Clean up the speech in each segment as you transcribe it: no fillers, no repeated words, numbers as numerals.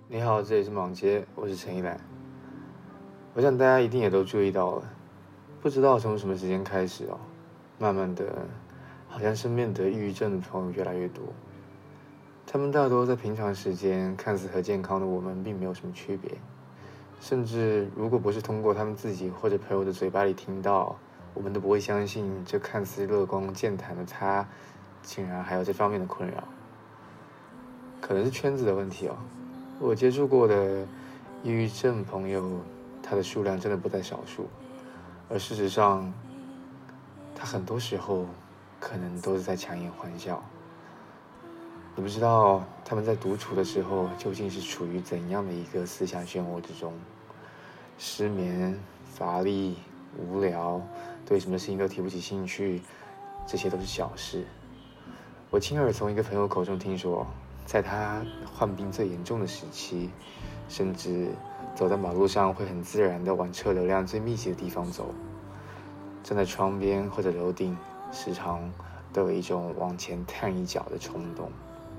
你好，这里是莽街，我是陈一兰。我想大家一定也都注意到了，不知道从什么时间开始慢慢的，好像身边得抑郁症的朋友越来越多。他们大多在平常时间看似和健康的我们并没有什么区别，甚至如果不是通过他们自己或者朋友的嘴巴里听到，我们都不会相信这看似乐观健谈的他，竟然还有这方面的困扰。可能是圈子的问题我接触过的抑郁症朋友，他的数量真的不在少数，而事实上，他很多时候可能都是在强颜欢笑。你不知道他们在独处的时候究竟是处于怎样的一个思想漩涡之中，失眠、乏力、无聊，对什么事情都提不起兴趣，这些都是小事。我亲耳从一个朋友口中听说，在他患病最严重的时期，甚至走在马路上会很自然地往车流量最密集的地方走，站在窗边或者楼顶，时常都有一种往前探一脚的冲动。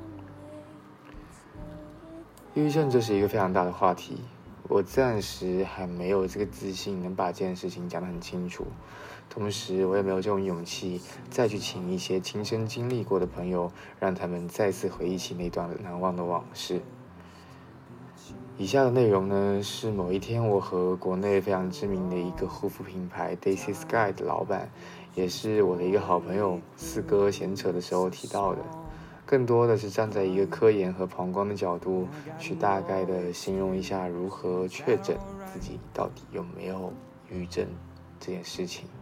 抑郁症这是一个非常大的话题，我暂时还没有这个自信能把这件事情讲得很清楚，同时我也没有这种勇气再去请一些亲身经历过的朋友，让他们再次回忆起那段难忘的往事。以下的内容呢，是某一天我和国内非常知名的一个护肤品牌 Daisy Sky 的老板，也是我的一个好朋友四哥闲扯的时候提到的，更多的是站在一个科研和旁观的角度，去大概的形容一下如何确诊自己到底有没有抑郁症这件事情。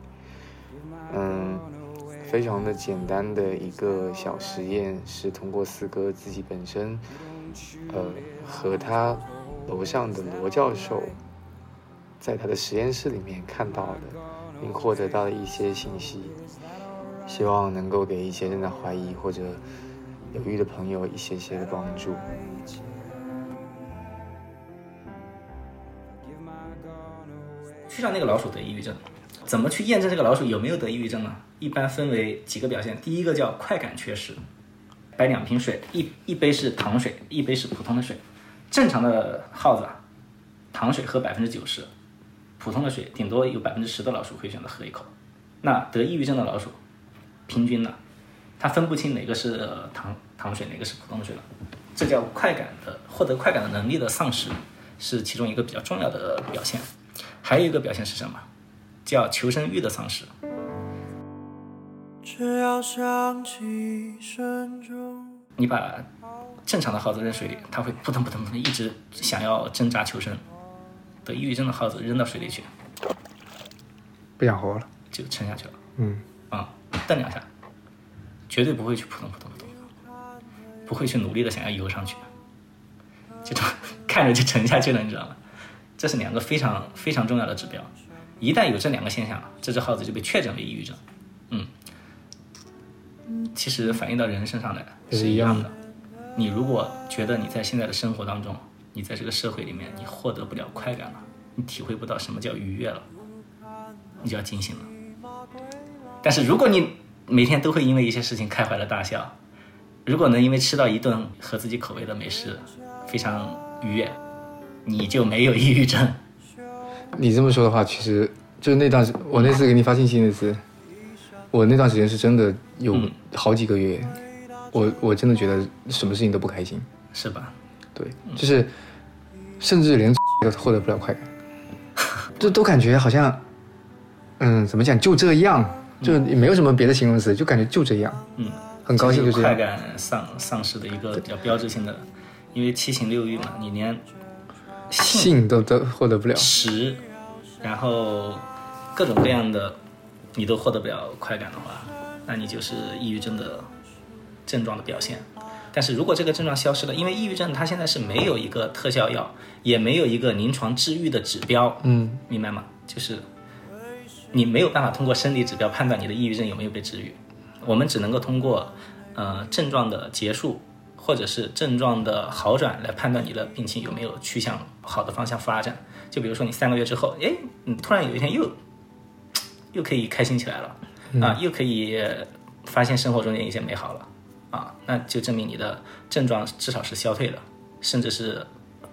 非常的简单的一个小实验，是通过四哥自己本身和他楼上的罗教授在他的实验室里面看到的，并获得到的一些信息，希望能够给一些正在怀疑或者犹豫的朋友一些的帮助。 去让那个老鼠得抑郁症，怎么去验证这个老鼠有没有得抑郁症呢？一般分为几个表现，第一个叫快感缺失，摆2瓶水，一杯是糖水，一杯是普通的水。正常的耗子糖水喝90%，普通的水顶多有10%的老鼠会选择喝一口。那得抑郁症的老鼠，平均呢，它分不清哪个是糖水，哪个是普通的水了。这叫获得快感的能力的丧失，是其中一个比较重要的表现。还有一个表现是什么？叫求生欲的丧失。只要想起声中，你把正常的耗子扔水里，它会扑腾扑腾扑腾，一直想要挣扎求生。得抑郁症的耗子扔到水里去， 不想活了， 就沉下去了。蹬2下，绝对不会去扑腾扑腾扑腾，不会去努力的想要游上去，这种看着就沉下去了，你知道吗？这是2个非常非常重要的指标。一旦有这2个现象，这只耗子就被确诊为抑郁症。其实反映到人身上来是一样的。你如果觉得你在现在的生活当中，你在这个社会里面，你获得不了快感了，你体会不到什么叫愉悦了，你就要警醒了。但是如果你每天都会因为一些事情开怀的大笑，如果能因为吃到一顿合自己口味的美食非常愉悦，你就没有抑郁症。 你这么说的话，其实就是我那次给你发信息那次，我那段时间是真的有好几个月，我真的觉得什么事情都不开心， 是吧？ 对，就是甚至连都获得不了快感，就都感觉好像怎么讲，就这样，就也没有什么别的形容词，就感觉就这样。很高兴就这样。 快感丧失的一个比较标志性的，因为7情6欲嘛，你连性都获得不了， 食，然后各种各样的你都获得不了快感的话，那你就是抑郁症的症状的表现。但是如果这个症状消失了，因为抑郁症它现在是没有一个特效药，也没有一个临床治愈的指标，明白吗？就是你没有办法通过生理指标判断你的抑郁症有没有被治愈，我们只能够通过症状的结束或者是症状的好转来判断你的病情有没有趋向好的方向发展。就比如说你3个月之后，你突然有一天又可以开心起来了，又可以发现生活中间一些美好了，那就证明你的症状至少是消退了，甚至是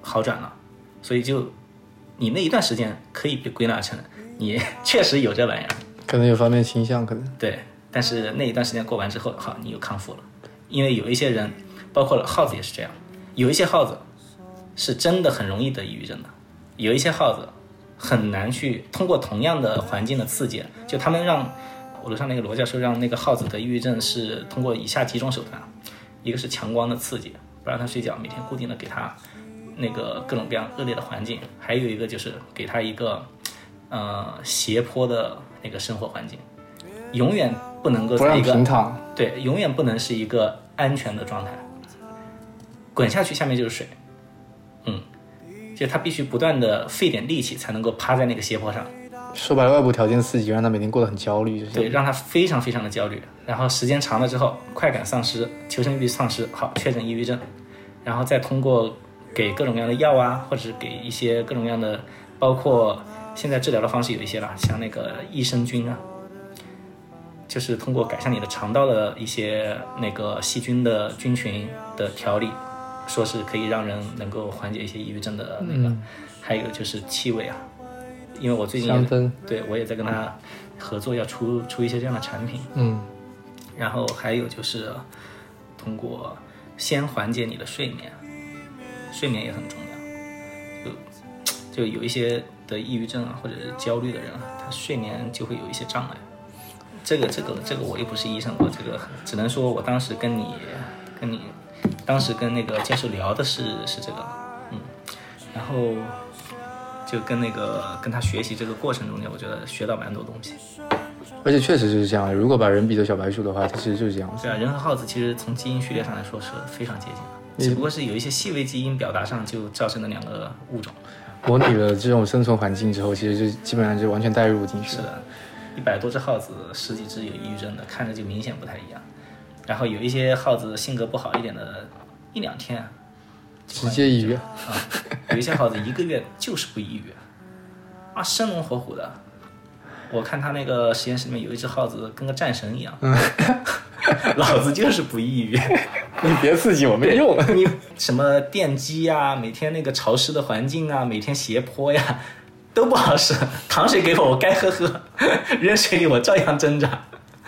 好转了，所以就你那一段时间可以被归纳成你确实有这玩意儿， 可能有方面倾向，可能对。但是那一段时间过完之后，好，你又康复了。因为有一些人，包括耗子也是这样，有一些耗子是真的很容易得抑郁症的，有一些耗子很难去通过同样的环境的刺激，就他们让我楼上那个罗教授让那个耗子得抑郁症是通过以下几种手段，一个是强光的刺激，不让他睡觉，每天固定的给他那个各种各样恶劣的环境，还有一个就是给他一个斜坡的那个生活环境，永远不能够在一个不让平躺， 对，永远不能是一个安全的状态，滚下去下面就是水，就他必须不断的费点力气才能够趴在那个斜坡上。 说白了，外部条件刺激让他每天过得很焦虑， 对，让他非常非常的焦虑，然后时间长了之后，快感丧失，求生欲丧失，好，确诊抑郁症，然后再通过给各种各样的药啊，或者是给一些各种各样的，包括现在治疗的方式有一些啦，像那个益生菌啊，就是通过改善你的肠道的一些那个细菌的菌群的调理，说是可以让人能够缓解一些抑郁症的那个，还有就是气味啊，因为我最近香氛， 对我也在跟他合作，要出一些这样的产品，然后还有就是通过先缓解你的睡眠，睡眠也很重要，就有一些的抑郁症啊或者是焦虑的人啊，他睡眠就会有一些障碍。这个我又不是医生，我这个只能说我当时跟你当时跟那个教授聊的是这个，然后就跟他学习这个过程中间，我觉得学到蛮多东西。 而且确实是这样，如果把人比作小白鼠的话，它其实就是这样子。 对啊，人和耗子其实从基因序列上来说是非常接近的，只不过是有一些细微基因表达上就造成了两个物种。 模拟了这种生存环境之后，其实就基本上就完全带入进去了。 是的，100多只耗子，10几只有抑郁症的，看着就明显不太一样。然后有一些耗子性格不好一点的，1-2天直接抑郁啊，有一些耗子1个月就是不抑郁啊，生龙活虎的。我看他那个实验室里面有一只耗子跟个战神一样，老子就是不抑郁。 你别刺激我，没用。 你什么电击啊，每天那个潮湿的环境啊，每天斜坡呀，都不好使。糖水给我该喝喝，热水里我照样挣扎。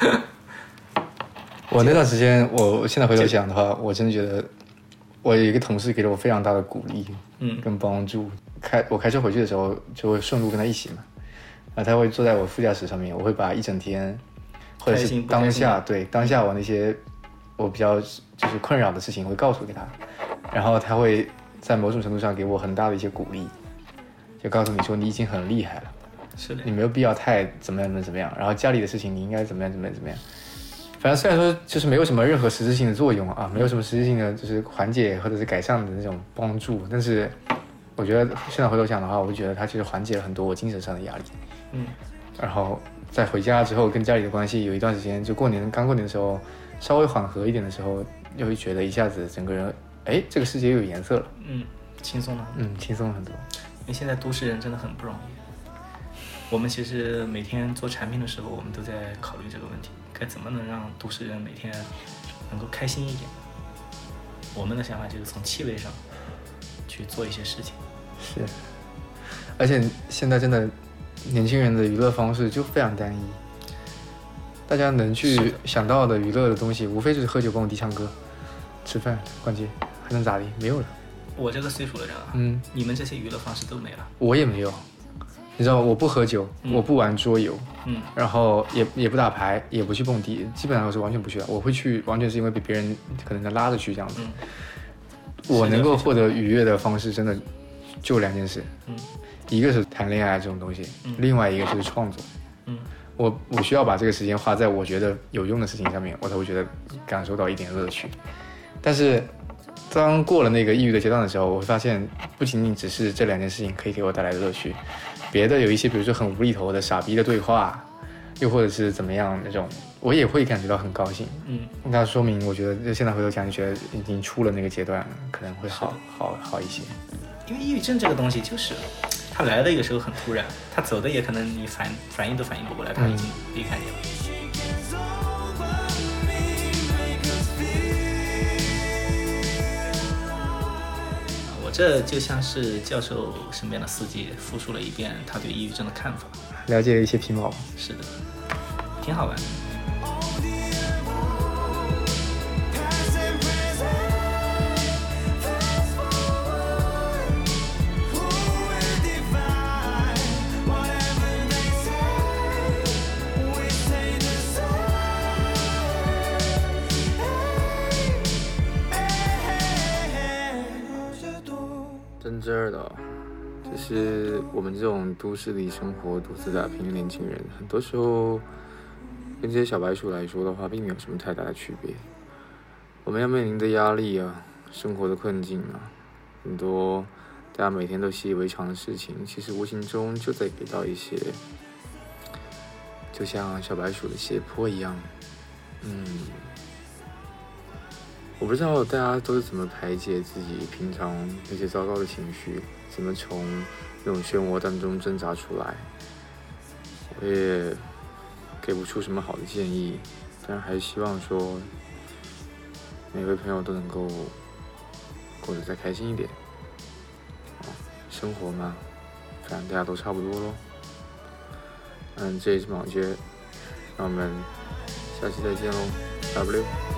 我那段时间，我现在回头想的话，我真的觉得我有一个同事给了我非常大的鼓励，跟帮助。我开车回去的时候，就会顺路跟他一起嘛，然后他会坐在我副驾驶上面，我会把一整天或者是当下我那些我比较就是困扰的事情会告诉给他，然后他会在某种程度上给我很大的一些鼓励，就告诉你说你已经很厉害了， 是的， 你没有必要太怎么样，然后家里的事情你应该怎么样。反正虽然说就是没有什么任何实质性的作用啊，没有什么实质性的就是缓解或者是改善的那种帮助，但是我觉得现在回头想的话，我就觉得它其实缓解了很多我精神上的压力。然后在回家之后跟家里的关系有一段时间，就刚过年的时候稍微缓和一点的时候，又会觉得一下子整个人这个世界又有颜色了， 轻松了， 轻松了很多。 因为现在都市人真的很不容易。我们其实每天做产品的时候，我们都在考虑这个问题，该怎么能让都市人每天能够开心一点。我们的想法就是从气味上去做一些事情。 是，而且现在真的年轻人的娱乐方式就非常单一，大家能去想到的娱乐的东西，无非就是喝酒、蹦迪、唱歌、吃饭、逛街，还能咋地？没有了。 我这个岁数的人啊，你们这些娱乐方式都没了。 我也没有，你知道我不喝酒，我不玩桌游，然后也不打牌，也不去蹦迪，基本上我是完全不去的。我会去，完全是因为被别人可能拉着去这样子。我能够获得愉悦的方式，真的就2件事，一个是谈恋爱这种东西，另外一个就是创作。我需要把这个时间花在我觉得有用的事情上面，我才会觉得感受到一点乐趣。但是当过了那个抑郁的阶段的时候，我会发现不仅仅只是这2件事情可以给我带来乐趣，别的有一些比如说很无厘头的傻逼的对话，又或者是怎么样那种，我也会感觉到很高兴。那说明我觉得现在回头想，觉得已经出了那个阶段，可能会好一些。 因为抑郁症这个东西就是它来的有时候很突然，它走的也可能你反应都反应不过来，它已经离开你了。我我这就像是教授身边的司机复述了一遍他对抑郁症的看法， 了解了一些皮毛。 是的，挺好玩的。 真的，就是我们这种都市里生活、独自打拼的年轻人，很多时候跟这些小白鼠来说的话，并没有什么太大的区别。我们要面临的压力啊，生活的困境啊，很多大家每天都习以为常的事情，其实无形中就在给到一些，就像小白鼠的斜坡一样。我不知道大家都是怎么排解自己平常那些糟糕的情绪，怎么从那种漩涡当中挣扎出来。我也给不出什么好的建议，但还是希望说每位朋友都能够过得再开心一点。生活嘛，反正大家都差不多咯。这里是毛杰，那我们下期再见喽 ，W。